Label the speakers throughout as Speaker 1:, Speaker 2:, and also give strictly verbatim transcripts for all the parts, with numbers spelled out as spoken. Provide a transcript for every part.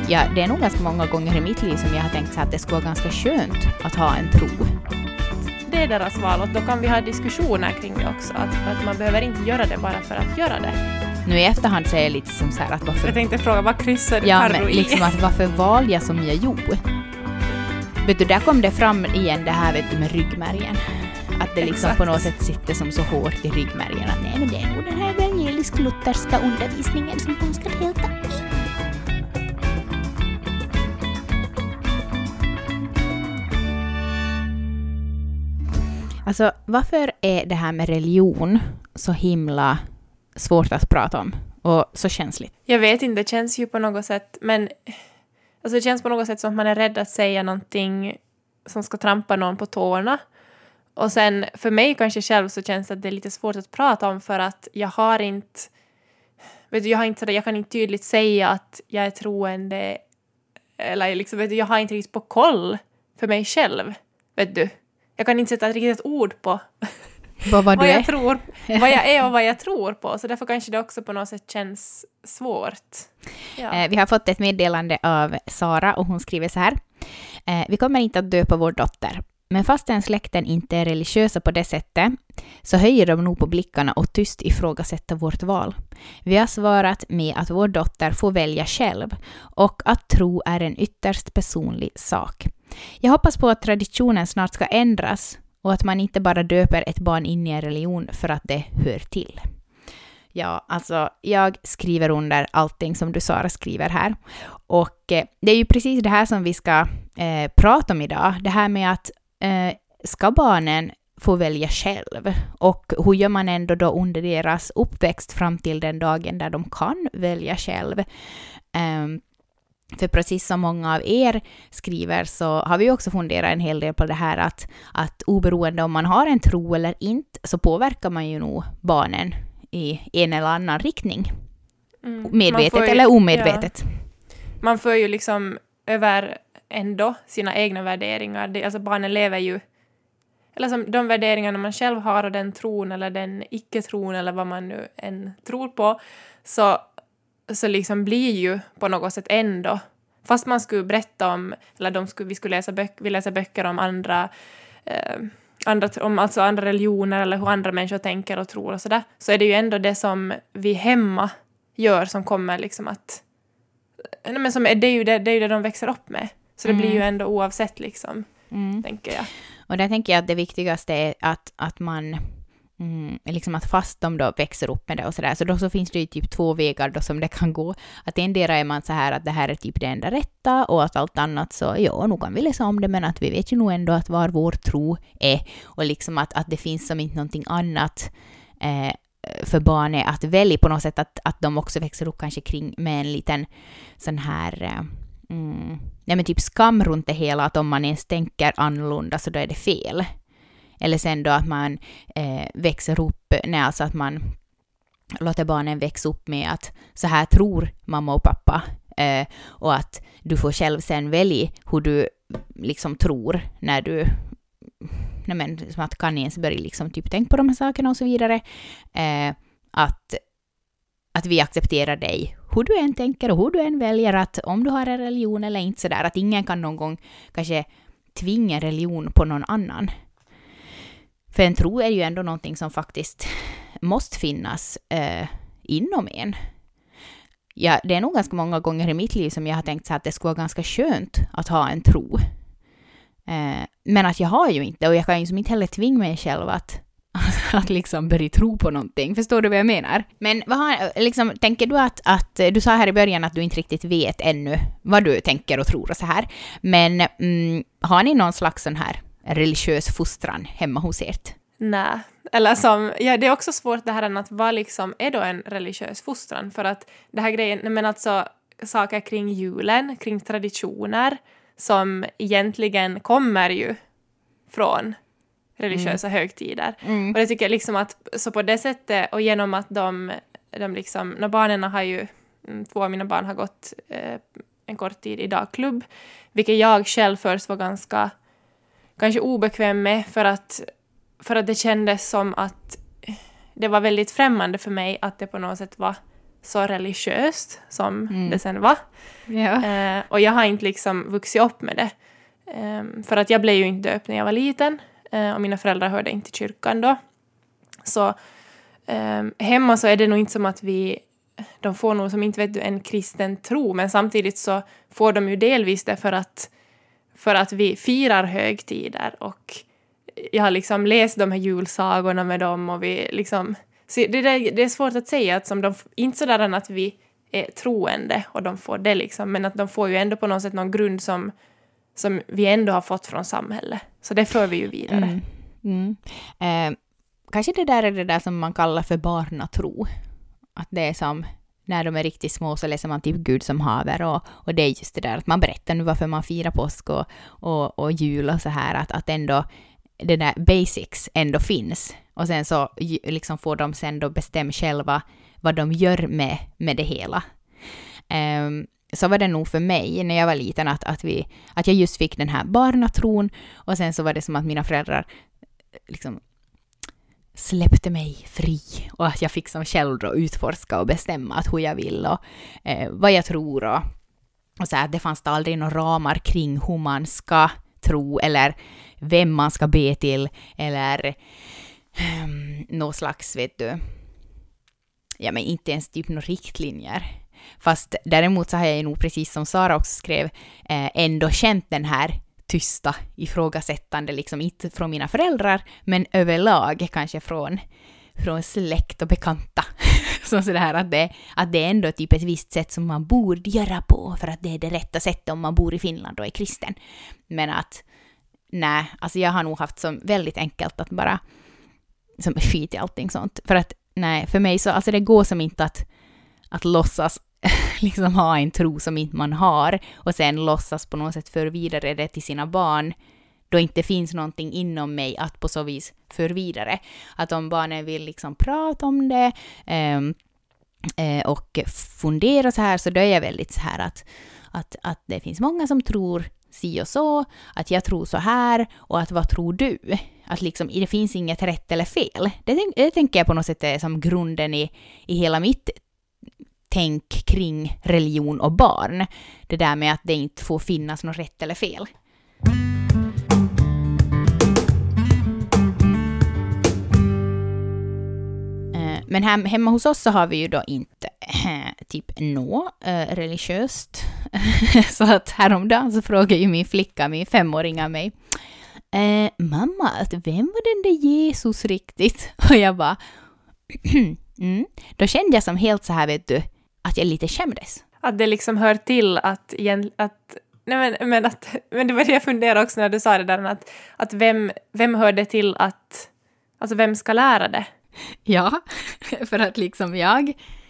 Speaker 1: Ja, det är nog ganska många gånger i mitt liv som jag har tänkt så att det skulle vara ganska skönt att ha en tro.
Speaker 2: Det är deras val och då kan vi ha diskussioner kring det också. Att, att man behöver inte göra det bara för att göra det.
Speaker 1: Nu i efterhand säger jag lite som så här att varför...
Speaker 2: Jag tänkte fråga, vad kryssar du
Speaker 1: Ja,
Speaker 2: Karo
Speaker 1: men
Speaker 2: i?
Speaker 1: liksom att varför valde jag som jag gjorde? Vet du, där kom det fram igen det här vet du, med ryggmärgen. Att det liksom
Speaker 2: Exakt.
Speaker 1: på något sätt sitter som så hårt i ryggmärgen. Att nej, men det är nog den här evangelisk-lutherska undervisningen som de ska delta i. Alltså, varför är det här med religion så himla svårt att prata om och så känsligt?
Speaker 2: Jag vet inte, det känns ju på något sätt, men alltså det känns på något sätt som att man är rädd att säga någonting som ska trampa någon på tårna. Och sen för mig kanske själv så känns det att det är lite svårt att prata om för att jag har inte, vet du, jag har inte, jag kan inte tydligt säga att jag är troende eller liksom, vet du, jag har inte riktigt på koll för mig själv, vet du. Jag kan inte sätta ett riktigt ord på
Speaker 1: vad, vad,
Speaker 2: vad,
Speaker 1: du
Speaker 2: jag
Speaker 1: är?
Speaker 2: tror, vad jag är och vad jag tror på. Så därför kanske det också på något sätt känns svårt. Ja.
Speaker 1: Eh, vi har fått ett meddelande av Sara och hon skriver så här. Eh, vi kommer inte att döpa vår dotter. Men fastän släkten inte är religiösa på det sättet så höjer de nog på blickarna och tyst ifrågasätter vårt val. Vi har svarat med att vår dotter får välja själv och att tro är en ytterst personlig sak. Jag hoppas på att traditionen snart ska ändras och att man inte bara döper ett barn in i en religion för att det hör till. Ja, alltså jag skriver under allting som du Sara skriver här. Och eh, det är ju precis det här som vi ska eh, prata om idag. Det här med att eh, ska barnen få välja själv? Och hur gör man ändå då under deras uppväxt fram till den dagen där de kan välja själv? Um, För precis som många av er skriver så har vi också funderat en hel del på det här att, att oberoende om man har en tro eller inte så påverkar man ju nog barnen i en eller annan riktning. Mm. Medvetet ju, eller omedvetet.
Speaker 2: Ja. Man får ju liksom över ändå sina egna värderingar. Det, alltså barnen lever ju, eller som de värderingarna man själv har och den tron eller den icke-tron eller vad man nu än tror på så så liksom blir ju på något sätt ändå, fast man skulle berätta om, eller de skulle, vi skulle läsa böcker, vi läser böcker om andra, eh, andra, om alltså andra religioner eller hur andra människor tänker och tror och sådär, så är det ju ändå det som vi hemma gör som kommer liksom att, nej men som, det är ju det, det är ju det de växer upp med, så det mm. blir ju ändå oavsett liksom, mm. tänker jag.
Speaker 1: Och där tänker jag att det viktigaste är att, att man Mm, liksom att fast de då växer upp med det och sådär. Så då så finns det ju typ två vägar då som det kan gå. Att endera är man så här att det här är typ det enda rätta och att allt annat så, ja, nog kan vi läsa om det men att vi vet ju nog ändå att var vår tro är. Och liksom att, att det finns som inte någonting annat eh, för barnet att välja på något sätt. Att, att de också växer upp kanske kring med en liten sån här... Eh, mm, ja, men typ skam runt det hela. Att om man ens tänker annorlunda så då är det fel. Eller sen då att man eh, växer upp, nej, alltså att man låter barnen växa upp med att så här tror mamma och pappa. Eh, och att du får själv sen välja hur du liksom tror när du, nej men som att kan ens börja liksom typ tänka på de här sakerna och så vidare. Eh, att, att vi accepterar dig hur du än tänker och hur du än väljer att om du har en religion eller inte sådär. Att ingen kan någon gång kanske tvinga religion på någon annan. För en tro är ju ändå någonting som faktiskt måste finnas eh, inom en. Ja, det är nog ganska många gånger i mitt liv som jag har tänkt så att det skulle vara ganska skönt att ha en tro. Eh, men att jag har ju inte, och jag kan ju som inte heller tvinga mig själv att, att liksom börja tro på någonting. Förstår du vad jag menar? Men vad har, liksom, tänker du att, att, du sa här i början att du inte riktigt vet ännu vad du tänker och tror och så här. Men mm, har ni någon slags sån här religiös fostran hemma hos ert?
Speaker 2: Nej, eller som, ja, det är också svårt det här att vad liksom är då en religiös fostran, för att det här grejen, men alltså saker kring julen, kring traditioner som egentligen kommer ju från religiösa mm. högtider. Mm. Och det tycker jag liksom att, så på det sättet och genom att de, de liksom, när barnen har ju, två av mina barn har gått eh, en kort tid i dagklubb, vilket jag själv först var ganska kanske obekväm med för att, för att det kändes som att det var väldigt främmande för mig att det på något sätt var så religiöst som
Speaker 1: Mm.
Speaker 2: det sen var.
Speaker 1: Ja.
Speaker 2: Eh, och jag har inte liksom vuxit upp med det. Eh, för att jag blev ju inte döpt när jag var liten. Eh, och mina föräldrar hörde inte till kyrkan då. Så eh, hemma så är det nog inte som att vi... De får nog som inte vet du en kristen tro. Men samtidigt så får de ju delvis det för att, för att vi firar högtider. Och jag har liksom läst de här julsagorna med dem. Och vi liksom... Så det, det är svårt att säga att som de... Inte sådär att vi är troende och de får det liksom. Men att de får ju ändå på något sätt någon grund som, som vi ändå har fått från samhället. Så det för vi ju vidare.
Speaker 1: Mm. Mm. Eh, kanske det där är det där som man kallar för barnatro. Att det är som när de är riktigt små så läser man typ Gud som haver. Och, och det är just det där att man berättar nu varför man firar påsk och, och, och jul och så här. Att, att ändå det där basics ändå finns. Och sen så liksom får de sen då bestämma själva vad de gör med, med det hela. Um, så var det nog för mig när jag var liten att, att, vi, att jag just fick den här barnatron. Och sen så var det som att mina föräldrar liksom släppte mig fri. Och att jag fick som själv då utforska och bestämma att hur jag vill och eh, vad jag tror. Och, och så här, det fanns aldrig några ramar kring hur man ska tro eller vem man ska be till eller um, någon slags, vet du, ja men inte ens typ några riktlinjer. Fast däremot så har jag ju nog precis som Sara också skrev eh, ändå känt den här tysta ifrågasättande, liksom inte från mina föräldrar men överlag kanske från, från släkt och bekanta. Så sådär att det, att det är ändå typ ett visst sätt som man borde göra på för att det är det rätta sättet om man bor i Finland och är kristen. Men att nej, alltså jag har nog haft som väldigt enkelt att bara som skit i allting sånt. För att nej, för mig så, alltså det går som inte att, att låtsas liksom ha en tro som inte man har och sen låtsas på något sätt för vidare det till sina barn då inte finns någonting inom mig att på så vis för vidare. Att om barnen vill liksom prata om det eh, eh, och fundera så här så då är jag väldigt så här att, att, att det finns många som tror si och så, att jag tror så här och att vad tror du? Att liksom det finns inget rätt eller fel. Det, det tänker jag på något sätt är som grunden i, i hela mitt tänk kring religion och barn. Det där med att det inte får finnas något rätt eller fel. Men hem, hemma hos oss så har vi ju då inte äh, typ nå äh, religiöst. Så att häromdagen så frågade ju min flicka, min femåringa mig. Äh, mamma, att vem var den där Jesus riktigt? Och jag bara... mm. Då kände jag som helt så här, vet du, att jag lite skämdes.
Speaker 2: Att det liksom hör till att... att nej men, men, att, men det var det jag funderade också när du sa det där. Att, att vem, vem hör det till att... Alltså vem ska lära det?
Speaker 1: Ja, för att liksom jag,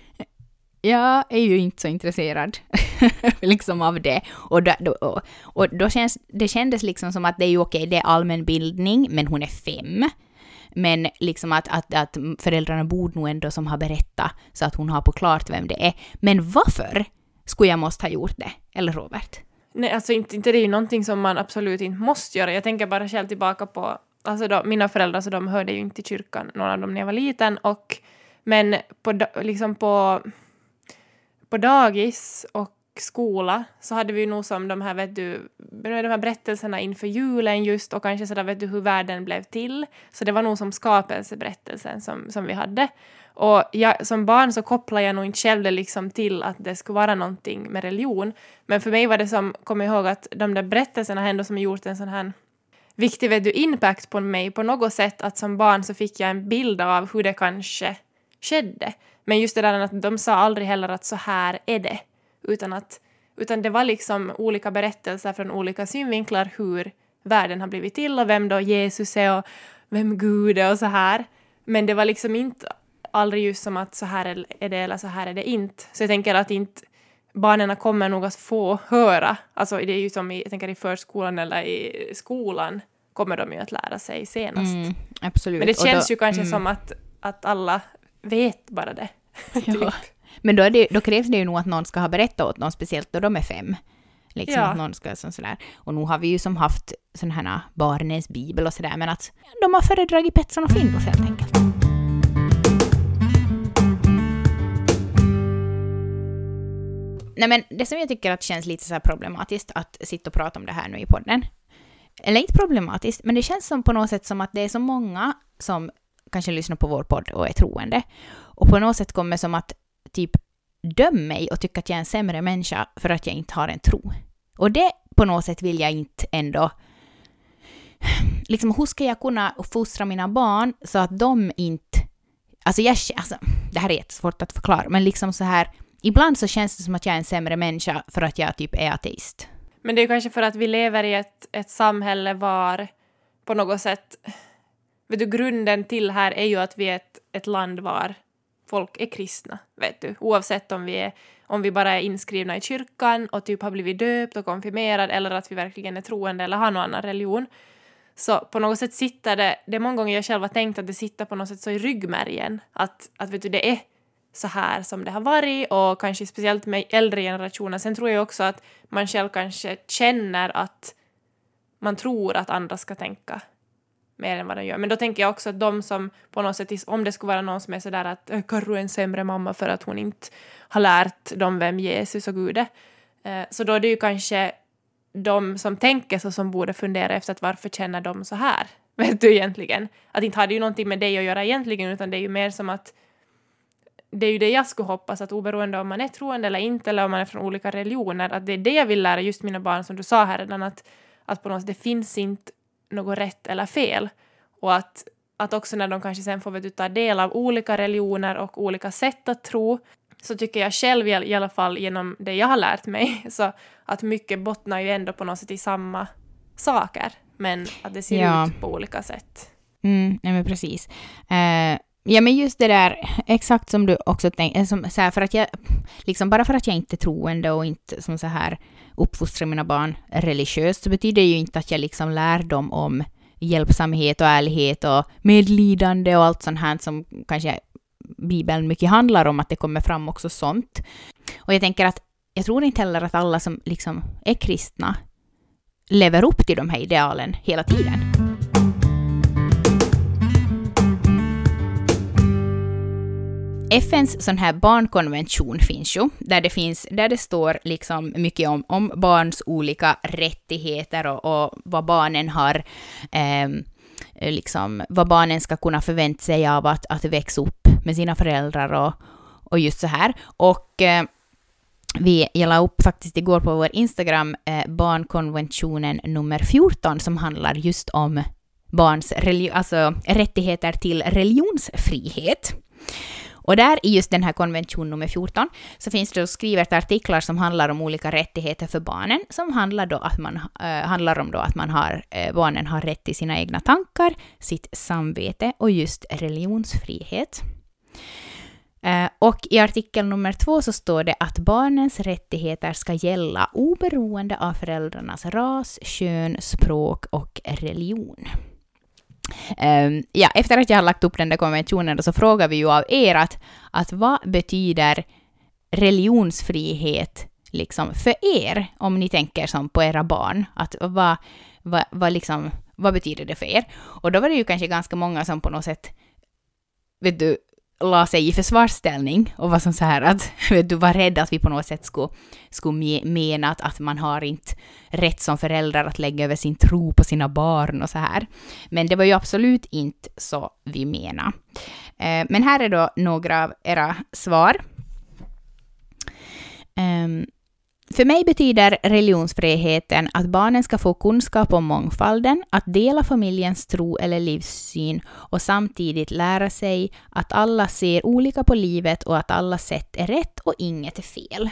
Speaker 1: jag är ju inte så intresserad liksom av det. Och, då, då, och då känns, det kändes liksom som att det är ju okej, det är allmänbildning, men hon är fem. Men liksom att, att, att föräldrarna borde nog ändå som har berättat så att hon har på klart vem det är. Men varför skulle jag måste ha gjort det? Eller Robert?
Speaker 2: Nej, alltså inte, inte det är ju någonting som man absolut inte måste göra. Jag tänker bara själv tillbaka på... Alltså då, mina föräldrar så de hörde ju inte till kyrkan, någon av dem när jag var liten. Och, men på, liksom på, på dagis och skola så hade vi nog som de här, vet du, de här berättelserna inför julen just och kanske sådär, vet du, hur världen blev till. Så det var nog som skapelseberättelsen som, som vi hade. Och jag, som barn så kopplar jag nog inte själv det liksom till att det skulle vara någonting med religion. Men för mig var det som, kom jag ihåg att de där berättelserna ändå som gjort en sån här viktig, vet du, impact på mig på något sätt, att som barn så fick jag en bild av hur det kanske skedde. Men just det där att de sa aldrig heller att så här är det. Utan, att, utan det var liksom olika berättelser från olika synvinklar hur världen har blivit till och vem då Jesus är och vem Gud är och så här. Men det var liksom inte aldrig just som att så här är det eller så här är det inte. Så jag tänker att inte barnen kommer nog att få höra. Alltså det är ju som i, jag tänker i förskolan eller i skolan kommer de ju att lära sig senast. Mm,
Speaker 1: absolut.
Speaker 2: Men det känns då, ju kanske
Speaker 1: mm.
Speaker 2: som att, att alla vet bara det.
Speaker 1: Ja. Typ. Men då, är det, då krävs det ju nog att någon ska ha berättat åt någon, speciellt då de är fem. Liksom
Speaker 2: ja.
Speaker 1: Att någon ska sådär. Och nu har vi ju som haft sån här barnens bibel och sådär, men att de har föredragit Pettersson och Findus helt enkelt. nej men det som jag tycker att känns lite så här problematiskt att sitta och prata om det här nu i podden, eller inte problematiskt, men det känns som på något sätt som att det är så många som kanske lyssnar på vår podd och är troende, och på något sätt kommer som att typ döma mig och tycka att jag är en sämre människa för att jag inte har en tro. Och det på något sätt vill jag inte ändå, liksom hur ska jag kunna fostra mina barn så att de inte, alltså jag, alltså det här är jättesvårt att förklara, men liksom så här, ibland så känns det som att jag är en sämre människa för att jag typ är ateist.
Speaker 2: Men det är kanske för att vi lever i ett, ett samhälle var på något sätt, vet du, grunden till här är ju att vi är ett, ett land var folk är kristna, vet du. Oavsett om vi, är, om vi bara är inskrivna i kyrkan och typ har blivit döpt och konfirmerad, eller att vi verkligen är troende eller har någon annan religion. Så på något sätt sitter det, det är många gånger jag själv har tänkt att det sitter på något sätt så i ryggmärgen. Att, att vet du, det är så här som det har varit, och kanske speciellt med äldre generationer. Sen tror jag också att man själv kanske känner att man tror att andra ska tänka mer än vad de gör. Men då tänker jag också att de som på något sätt, om det skulle vara någon som är sådär att Karro är en sämre mamma för att hon inte har lärt dem vem Jesus och Gud är. Så då är det ju kanske de som tänker så som borde fundera efter att varför känner de så här? Vet du egentligen? Att inte har det ju någonting med dig att göra egentligen, utan det är ju mer som att det är ju det jag skulle hoppas, att oberoende om man är troende eller inte, eller om man är från olika religioner, att det är det jag vill lära just mina barn, som du sa här redan, att, att på något sätt det finns inte något rätt eller fel. Och att, att också när de kanske sen får vet, ta del av olika religioner och olika sätt att tro, så tycker jag själv i alla fall genom det jag har lärt mig, så att mycket bottnar ju ändå på något sätt i samma saker, men att det ser ja. ut på olika sätt.
Speaker 1: Mm, nej men precis. Uh... Ja, men just det där, exakt som du också tänkte, som, så här, för att jag, liksom bara för att jag inte är troende och inte som så här uppfostrar mina barn religiöst, så betyder det ju inte att jag liksom lär dem om hjälpsamhet och ärlighet och medlidande och allt sånt här som kanske Bibeln mycket handlar om, att det kommer fram också sånt. Och jag tänker att jag tror inte heller att alla som liksom är kristna lever upp till de här idealen hela tiden. F N:s sån här barnkonvention finns ju, där det, finns, där det står liksom mycket om, om barns olika rättigheter och, och vad barnen har, eh, liksom, vad barnen ska kunna förvänta sig av att, att växa upp med sina föräldrar och, och just så här. Och eh, vi la upp faktiskt igår på vår Instagram eh, barnkonventionen nummer fjorton, som handlar just om barns religi- alltså, rättigheter till religionsfrihet. Och där i just den här konvention nummer fjorton så finns det skrivet artiklar som handlar om olika rättigheter för barnen, som handlar, då att man, äh, handlar om då att man har, äh, barnen har rätt till sina egna tankar, sitt samvete och just religionsfrihet. Äh, och i artikel nummer två så står det att barnens rättigheter ska gälla oberoende av föräldrarnas ras, kön, språk och religion. Um, ja, efter att jag har lagt upp den där konventionen så frågar vi ju av er att, att vad betyder religionsfrihet liksom för er, om ni tänker som på era barn, att vad, vad, vad, liksom, vad betyder det för er? Och då var det ju kanske ganska många som på något sätt, vet du, la sig i försvarsställning och var som så här att vet du, var rädd att vi på något sätt skulle, skulle mena att, att man har inte rätt som föräldrar att lägga över sin tro på sina barn och så här. Men det var ju absolut inte så vi menar. Eh, men här är då några av era svar. Um, För mig betyder religionsfriheten att barnen ska få kunskap om mångfalden, att dela familjens tro eller livssyn och samtidigt lära sig att alla ser olika på livet och att alla sätt är rätt och inget är fel.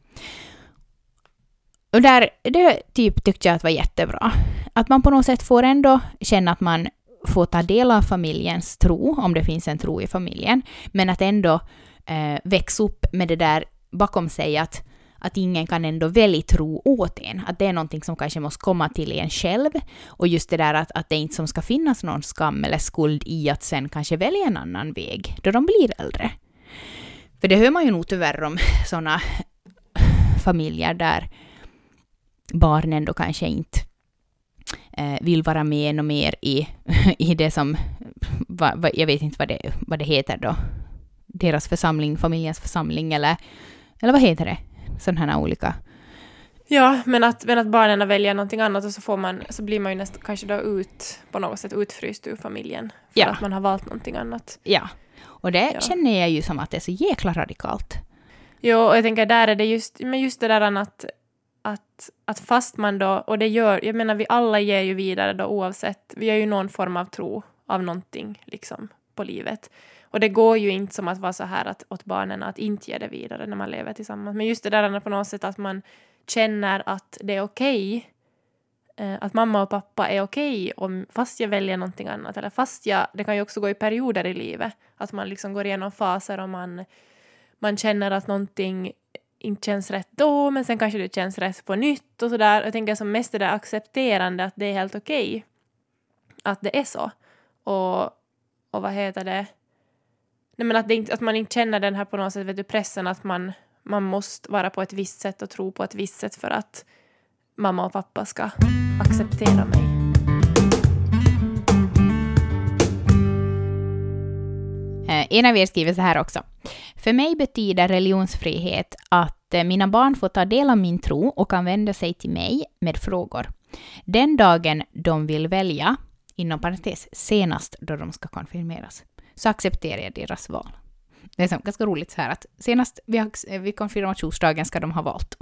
Speaker 1: Och där, det typ tyckte jag att var jättebra. Att man på något sätt får ändå känna att man får ta del av familjens tro, om det finns en tro i familjen, men att ändå eh, växa upp med det där bakom sig att att ingen kan ändå välja tro åt en. Att det är någonting som kanske måste komma till en själv. Och just det där att, att det inte som ska finnas någon skam eller skuld i att sen kanske välja en annan väg då de blir äldre. För det hör man ju nog tyvärr om sådana familjer där barnen då kanske inte eh, vill vara med ännu mer i, i det som, va, va, jag vet inte vad det, vad det heter då. Deras församling, familjens församling eller, eller vad heter det? sådana här olika...
Speaker 2: Ja, men att, men att barnen väljer någonting annat och så, får man, så blir man ju nästan kanske då ut, på något sätt utfryst ur familjen. För
Speaker 1: Ja.
Speaker 2: att man har valt någonting annat.
Speaker 1: Ja, och det
Speaker 2: Ja.
Speaker 1: känner jag ju som att det är så jäkla radikalt.
Speaker 2: Jo, och jag tänker där är det just, men just det där att, att, att fast man då, och det gör, jag menar vi alla ger ju vidare då oavsett, vi har ju någon form av tro av någonting liksom på livet. Och det går ju inte som att vara så här att, åt barnen att inte ge det vidare när man lever tillsammans. Men just det där på något sätt att man känner att det är okej, eh, att mamma och pappa är okej om fast jag väljer någonting annat. Eller fast jag, det kan ju också gå i perioder i livet, att man liksom går igenom faser och man, man känner att någonting inte känns rätt då, men sen kanske det känns rätt på nytt och sådär. Jag tänker som mest det där accepterande att det är helt okej att det är så. Och, och vad heter det? Nej, men att, det inte, att man inte känner den här på något sätt, vet du, pressen att man, man måste vara på ett visst sätt och tro på ett visst sätt för att mamma och pappa ska acceptera mig.
Speaker 1: En av er skriver så här också. För mig betyder religionsfrihet att mina barn får ta del av min tro och kan vända sig till mig med frågor. Den dagen de vill välja, inom parentes, senast då de ska konfirmeras, så accepterar jag deras val. Det är så ganska roligt så här att senast vid, vid konfirmationsdagen ska de ha valt.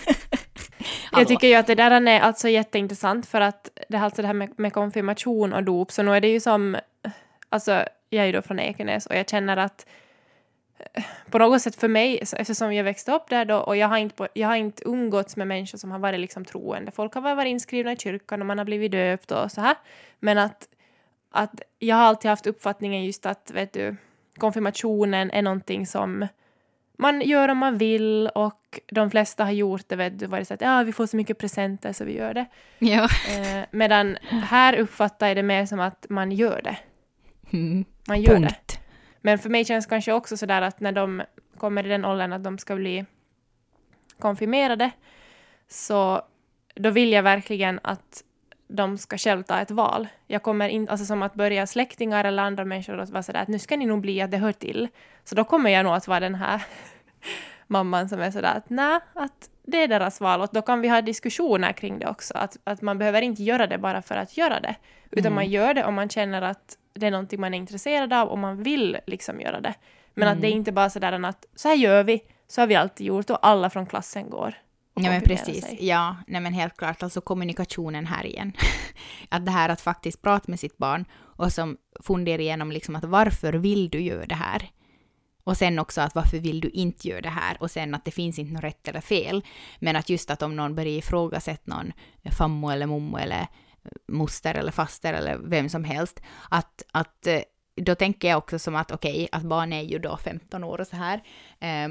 Speaker 2: Jag tycker ju att det där är alltså jätteintressant för att det, alltså det här med, med konfirmation och dop, så nu är det ju som, alltså jag är ju då från Ekenäs och jag känner att på något sätt för mig, eftersom jag växte upp där då och jag har inte, jag har inte umgåtts med människor som har varit liksom troende. Folk har varit inskrivna i kyrkan och man har blivit döpt och så här. Men att, att jag har alltid haft uppfattningen just att, vet du, konfirmationen är någonting som man gör om man vill och de flesta har gjort det, vet du, varit så att ja, vi får så mycket presenter så vi gör det.
Speaker 1: Ja.
Speaker 2: Eh, medan här uppfattar jag det mer som att man gör det.
Speaker 1: Mm.
Speaker 2: Man gör
Speaker 1: Punkt.
Speaker 2: det. Men för mig känns kanske också sådär att när de kommer i den åldern att de ska bli konfirmerade, så då vill jag verkligen att de ska själv ta ett val. Jag kommer inte, alltså som att börja släktingar eller andra människor att vara sådär att nu ska ni nog bli att det hör till. Så då kommer jag nog att vara den här mamman som är sådär att nej, att det är deras val. Och då kan vi ha diskussioner kring det också. Att, att man behöver inte göra det bara för att göra det. Utan mm. man gör det om man känner att det är någonting man är intresserad av och man vill liksom göra det. Men mm. att det är inte bara sådär att så här gör vi, så har vi alltid gjort och alla från klassen går.
Speaker 1: Ja, men precis. Sig. Ja, nej, men helt klart. Alltså kommunikationen här igen. Att det här att faktiskt prata med sitt barn och som funderar igenom liksom att varför vill du göra det här? Och sen också att varför vill du inte göra det här? Och sen att det finns inte något rätt eller fel. Men att just att om någon börjar ifrågasätta någon fammo eller mommo eller moster eller faster eller vem som helst. Att, att då tänker jag också som att okej, okay, att barn är ju då femton år och så här. Eh,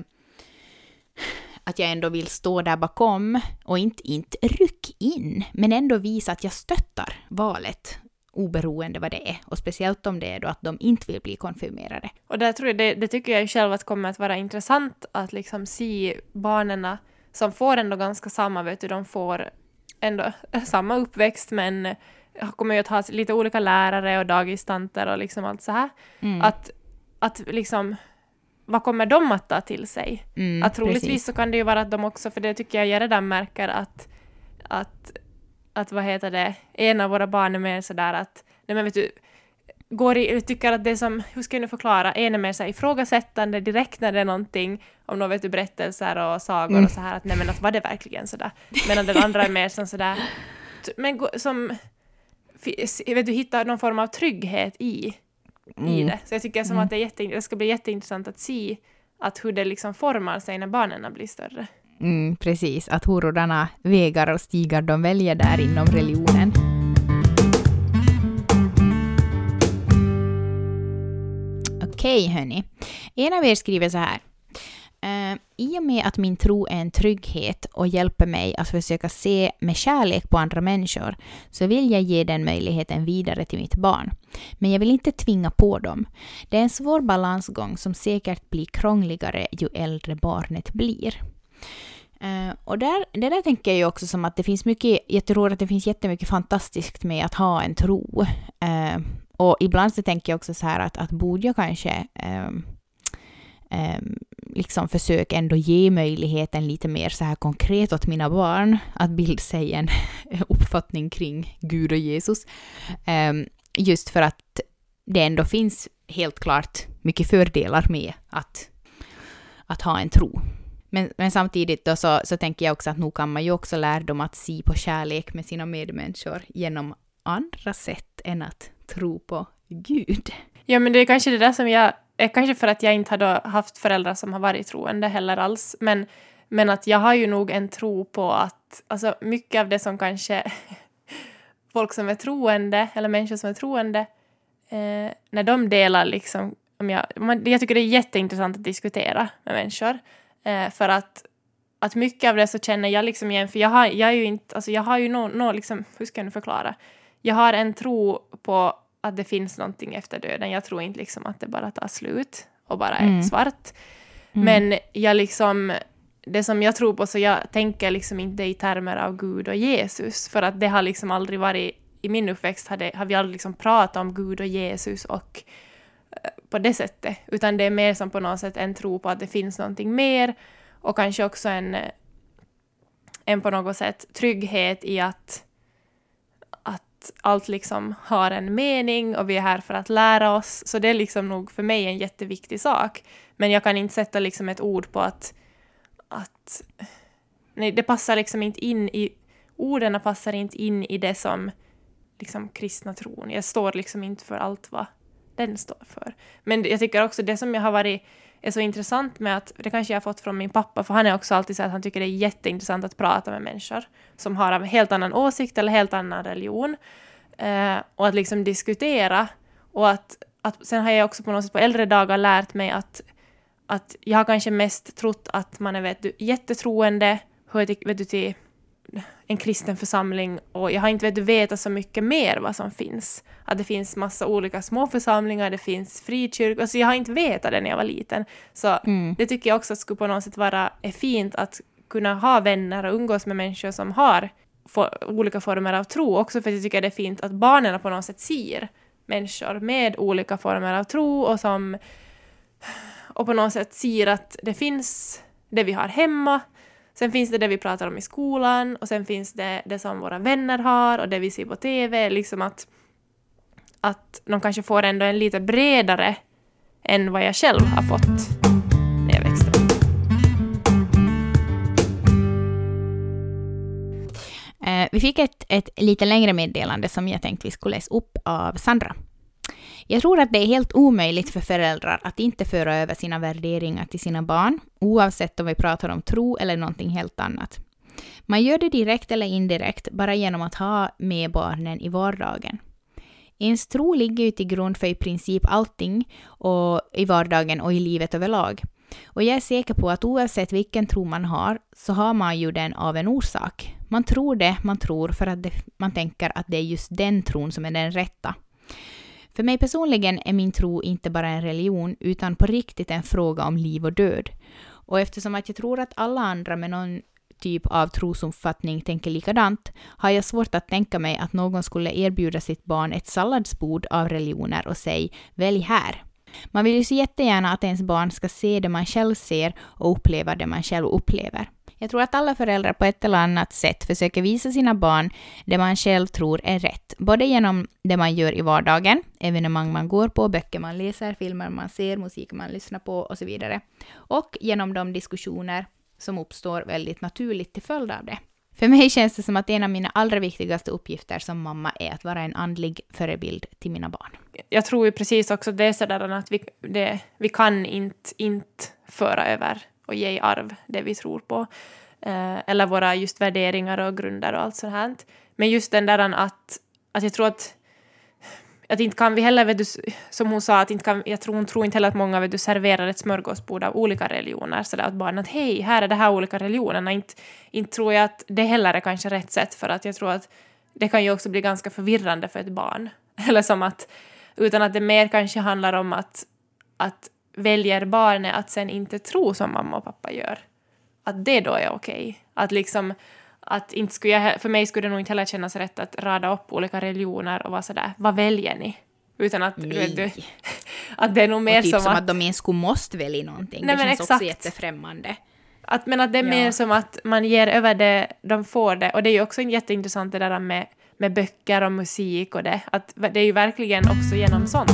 Speaker 1: att jag ändå vill stå där bakom och inte, inte ryck in, men ändå visa att jag stöttar valet oberoende vad det är. Och speciellt om det är då att de inte vill bli konfirmerade. Och
Speaker 2: där tror jag, det, det tycker jag själv att kommer att vara intressant att liksom se barnen som får ändå ganska samma, vet du, de får ändå samma uppväxt men kommer ju att ha lite olika lärare och dagistanter och liksom allt så här. Mm. Att, att liksom vad kommer de att ta till sig? Mm, att troligtvis precis. Så kan det ju vara att de också, för det tycker jag jag redan märker att, att, att vad heter det, en av våra barn är mer sådär att, nej men vet du, går i, tycker att det som, hur ska jag nu förklara, en är mer så här ifrågasättande direkt när det är någonting, om någon vet du berättelser och sagor mm. och så här, att nej men att var det verkligen sådär? Medan den andra är mer som sådär, men som, vet du, hittar någon form av trygghet i Mm. i det. Så jag tycker som mm. att det, är jätte, det ska bli jätteintressant att se att hur det liksom formar sig när barnen blir större.
Speaker 1: Mm, precis, att hurudana vägar och stigar de väljer där inom religionen. Okej, hörni. En av er skriver så här. Uh, I och med att min tro är en trygghet och hjälper mig att försöka se med kärlek på andra människor, så vill jag ge den möjligheten vidare till mitt barn. Men jag vill inte tvinga på dem. Det är en svår balansgång som säkert blir krångligare ju äldre barnet blir. Uh, och där, det där tänker jag ju också som att det finns mycket, jag tror att det finns jättemycket fantastiskt med att ha en tro. Uh, och ibland så tänker jag också så här att, att borde jag kanske... Uh, eh, liksom försöka ändå ge möjligheten lite mer så här konkret åt mina barn att bilda sig en uppfattning kring Gud och Jesus. Eh, just för att det ändå finns helt klart mycket fördelar med att, att ha en tro. Men, men samtidigt då så, så tänker jag också att nog kan man ju också lära dem att se på kärlek med sina medmänniskor genom andra sätt än att tro på Gud.
Speaker 2: Ja, men det är kanske det där som jag... Kanske för att jag inte har haft föräldrar som har varit troende heller alls. Men, men att jag har ju nog en tro på att... Alltså mycket av det som kanske... folk som är troende, eller människor som är troende... Eh, när de delar liksom... Om jag, man, jag tycker det är jätteintressant att diskutera med människor. Eh, för att, att mycket av det så känner jag liksom igen... För jag har, jag är ju inte... Alltså jag har ju någon... No, liksom, hur ska jag nu förklara? Jag har en tro på... att det finns någonting efter döden. Jag tror inte liksom att det bara tar slut och bara är mm. svart. Mm. Men jag liksom, det som jag tror på, så jag tänker liksom inte i termer av Gud och Jesus. För att det har liksom aldrig varit, i min uppväxt hade, har vi aldrig liksom pratat om Gud och Jesus och eh, på det sättet. Utan det är mer som på något sätt en tro på att det finns någonting mer. Och kanske också en, en på något sätt trygghet i att allt liksom har en mening och vi är här för att lära oss. Så det är liksom nog för mig en jätteviktig sak. Men jag kan inte sätta liksom ett ord på att, att nej, det passar liksom inte in i, orden passar inte in i det som liksom kristna tron. Jag står liksom inte för allt vad den står för. Men jag tycker också det som jag har varit är så intressant med att, det kanske jag har fått från min pappa, för han är också alltid så att han tycker det är jätteintressant att prata med människor som har en helt annan åsikt eller helt annan religion. Eh, och att liksom diskutera. Och att, att sen har jag också på något sätt på äldre dagar lärt mig att, att jag har kanske mest trott att man är vet du, jättetroende, hör till, vet du, till en kristen församling, och jag har inte vet du, vetat så mycket mer vad som finns. Att det finns massa olika små församlingar, det finns frikyrkor, alltså jag har inte vetat det när jag var liten. Så mm. det tycker jag också skulle på något sätt vara är fint att kunna ha vänner och umgås med människor som har for, olika former av tro. Också för att jag tycker det är fint att barnen på något sätt ser människor med olika former av tro och som och på något sätt ser att det finns det vi har hemma. Sen finns det det vi pratar om i skolan, och sen finns det det som våra vänner har och det vi ser på tv. Liksom att, att de kanske får ändå en lite bredare än vad jag själv har fått när jag växte upp.
Speaker 1: Eh, vi fick ett, ett lite längre meddelande som jag tänkte vi skulle läsa upp av Sandra. Jag tror att det är helt omöjligt för föräldrar att inte föra över sina värderingar till sina barn, oavsett om vi pratar om tro eller någonting helt annat. Man gör det direkt eller indirekt bara genom att ha med barnen i vardagen. Ens tro ligger ju till grund för i princip allting och i vardagen och i livet överlag. Och jag är säker på att oavsett vilken tro man har så har man ju den av en orsak. Man tror det man tror för att det, man tänker att det är just den tron som är den rätta. För mig personligen är min tro inte bara en religion utan på riktigt en fråga om liv och död. Och eftersom att jag tror att alla andra med någon typ av trosuppfattning tänker likadant har jag svårt att tänka mig att någon skulle erbjuda sitt barn ett salladsbord av religioner och säga välj här. Man vill ju så jättegärna att ens barn ska se det man själv ser och uppleva det man själv upplever. Jag tror att alla föräldrar på ett eller annat sätt försöker visa sina barn det man själv tror är rätt. Både genom det man gör i vardagen, evenemang man går på, böcker man läser, filmer man ser, musik man lyssnar på och så vidare. Och genom de diskussioner som uppstår väldigt naturligt till följd av det. För mig känns det som att en av mina allra viktigaste uppgifter som mamma är att vara en andlig förebild till mina barn.
Speaker 2: Jag tror ju precis också det sådär att vi, det, vi kan inte, inte föra över och ge i arv det vi tror på. Eh, eller våra just värderingar och grunder och allt sånt här. Men just den där att, att jag tror att att inte kan vi heller, vet du, som hon sa, att inte kan, jag tror, hon tror inte heller att många vet du, serverar ett smörgåsbord av olika religioner. Så att barnen att hej, här är det här olika religionerna. Inte, inte tror jag att det heller är kanske rätt sätt, för att jag tror att det kan ju också bli ganska förvirrande för ett barn. Eller som att, utan att det mer kanske handlar om att, att väljer barnet att sen inte tro som mamma och pappa gör. Att det då är okej. Att liksom, att inte skulle jag, för mig skulle det nog inte heller kännas rätt att rada upp olika religioner och vara sådär, vad väljer ni? Utan att,
Speaker 1: Nej.
Speaker 2: vet du, att det är nog mer
Speaker 1: och typ
Speaker 2: som,
Speaker 1: som
Speaker 2: att...
Speaker 1: att de ens skulle måste väl i någonting.
Speaker 2: Nej,
Speaker 1: det
Speaker 2: men
Speaker 1: känns
Speaker 2: exakt.
Speaker 1: också jättefrämmande.
Speaker 2: Att, men att det är
Speaker 1: Ja.
Speaker 2: mer som att man ger över det, de får det. Och det är ju också jätteintressant det där med, med böcker och musik och det. Att det är ju verkligen också genom sånt.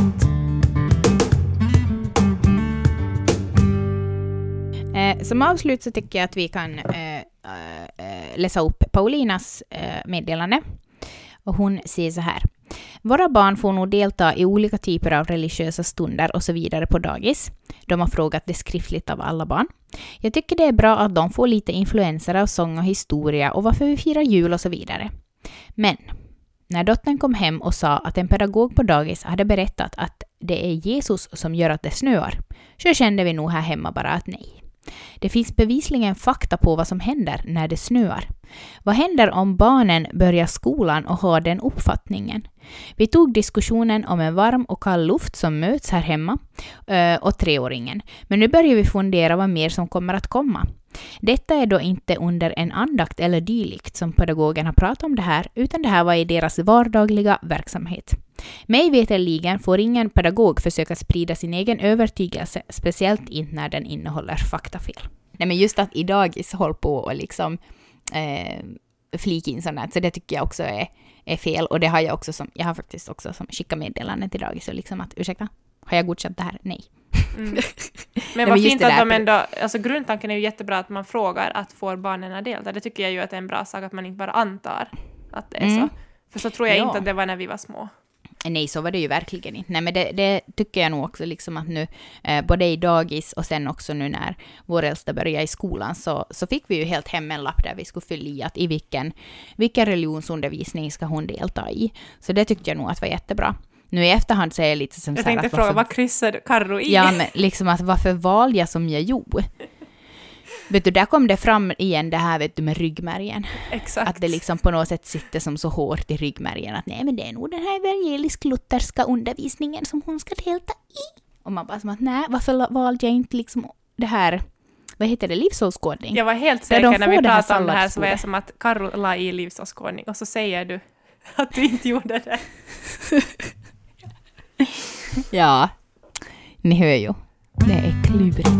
Speaker 1: Eh, som avslut så tycker jag att vi kan eh, eh, läsa upp Paulinas eh, meddelande. Och hon säger så här. Våra barn får nog delta i olika typer av religiösa stunder och så vidare på dagis. De har frågat det skriftligt av alla barn. Jag tycker det är bra att de får lite influenser av sång och historia och varför vi firar jul och så vidare. Men när dottern kom hem och sa att en pedagog på dagis hade berättat att det är Jesus som gör att det snöar, så kände vi nog här hemma bara att nej. Det finns bevisligen fakta på vad som händer när det snöar. Vad händer om barnen börjar skolan och har den uppfattningen? Vi tog diskussionen om en varm och kall luft som möts här hemma och treåringen. Men nu börjar vi fundera vad mer som kommer att komma. Detta är då inte under en andakt eller dylikt som pedagogen har pratat om det här, utan det här var i deras vardagliga verksamhet. Mig veterligen får ingen pedagog försöka sprida sin egen övertygelse, speciellt inte när den innehåller faktafel. Nej, men just att idag så håller på och liksom eh, flika in sånt här, så det tycker jag också är, är fel. Och det har jag också som, jag har faktiskt också som skickat meddelanden till dagis, så liksom att, ursäkta, har jag godkänt det här? Nej. Mm.
Speaker 2: Men
Speaker 1: Nej,
Speaker 2: vad
Speaker 1: men
Speaker 2: fint att
Speaker 1: där,
Speaker 2: de ändå, alltså grundtanken är ju jättebra att man frågar att får barnen delta. Det tycker jag ju att det är en bra sak att man inte bara antar att det är
Speaker 1: Mm.
Speaker 2: så. För så tror jag
Speaker 1: Ja.
Speaker 2: inte att det var när vi var små.
Speaker 1: Nej, så var det ju verkligen inte. Nej, men det, det tycker jag nog också liksom att nu, eh, både i dagis och sen också nu när vår äldsta började i skolan, så, så fick vi ju helt hem en lapp där vi skulle fylla i att i vilken, vilken religionsundervisning ska hon delta i. Så det tyckte jag nog att var jättebra. Nu i efterhand så är jag lite som
Speaker 2: Jag
Speaker 1: så här
Speaker 2: tänkte
Speaker 1: att
Speaker 2: fråga,
Speaker 1: varför,
Speaker 2: vad kryssar Karro i?
Speaker 1: ja, men liksom att varför valde jag som jag gjorde? Vet du, där kom det fram igen det här, vet du, med ryggmärgen.
Speaker 2: Exakt.
Speaker 1: Att det liksom på något sätt sitter som så hårt i ryggmärgen att nej, men det är nog den här evangelisk-lutherska undervisningen som hon ska delta i. Och man bara som att nej, varför valde jag inte liksom det här, vad heter det, livsåskådning?
Speaker 2: Jag var helt
Speaker 1: Där
Speaker 2: säker
Speaker 1: de
Speaker 2: när vi
Speaker 1: får det här
Speaker 2: pratade om det här, så var jag
Speaker 1: salladsbordet.
Speaker 2: som att Karro la i livsåskådning och så säger du att du inte gjorde det.
Speaker 1: Ja, ni hör ju. Det är klurigt.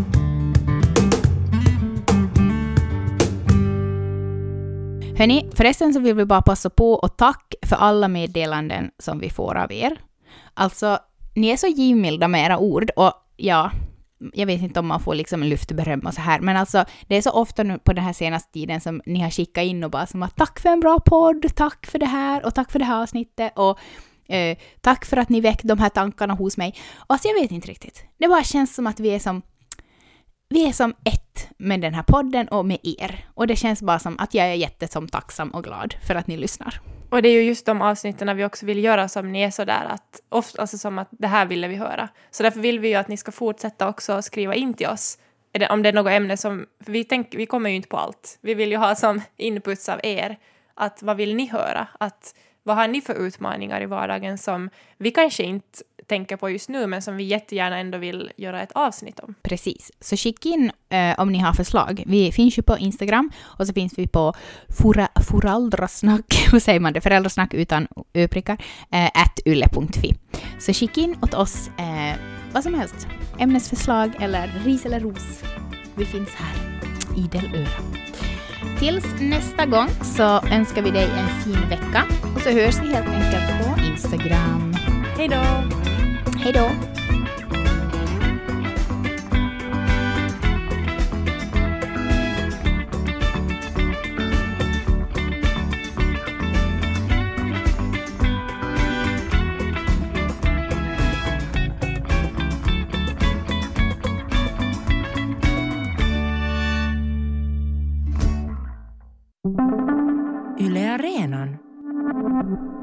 Speaker 1: Hörni, förresten så vill vi bara passa på och tack för alla meddelanden som vi får av er. Alltså, ni är så givmilda med era ord och ja, jag vet inte om man får liksom luftberöm och så här, men alltså det är så ofta nu på den här senaste tiden som ni har skickat in och bara som att tack för en bra podd, tack för det här och tack för det här avsnittet och eh, tack för att ni väckte de här tankarna hos mig. Och alltså jag vet inte riktigt. Det bara känns som att vi är som vi är som ett med den här podden och med er. Och det känns bara som att jag är jättesom tacksam och glad för att ni lyssnar.
Speaker 2: Och det är ju just de avsnitten vi också vill göra som ni är så där att ofta, alltså som att det här ville vi höra. Så därför vill vi ju att ni ska fortsätta också skriva in till oss. Är det, om det är något ämne som, för vi, tänk, vi kommer ju inte på allt. Vi vill ju ha som inputs av er. Att vad vill ni höra? Att vad har ni för utmaningar i vardagen som vi kanske inte tänker på just nu, men som vi jättegärna ändå vill göra ett avsnitt om.
Speaker 1: Precis. Så skicka in eh, om ni har förslag. Vi finns ju på Instagram och så finns vi på fora, foraldrasnack, hur säger man det? Föräldrasnack utan öprickar, eh, at ulle punkt fi. Så skicka in åt oss eh, vad som helst. Ämnesförslag eller ris eller ros. Vi finns här. Idel öra. Tills nästa gång så önskar vi dig en fin vecka och så hörs vi helt enkelt på Instagram.
Speaker 2: Hej då!
Speaker 1: Hej då!
Speaker 3: Yle Areenan.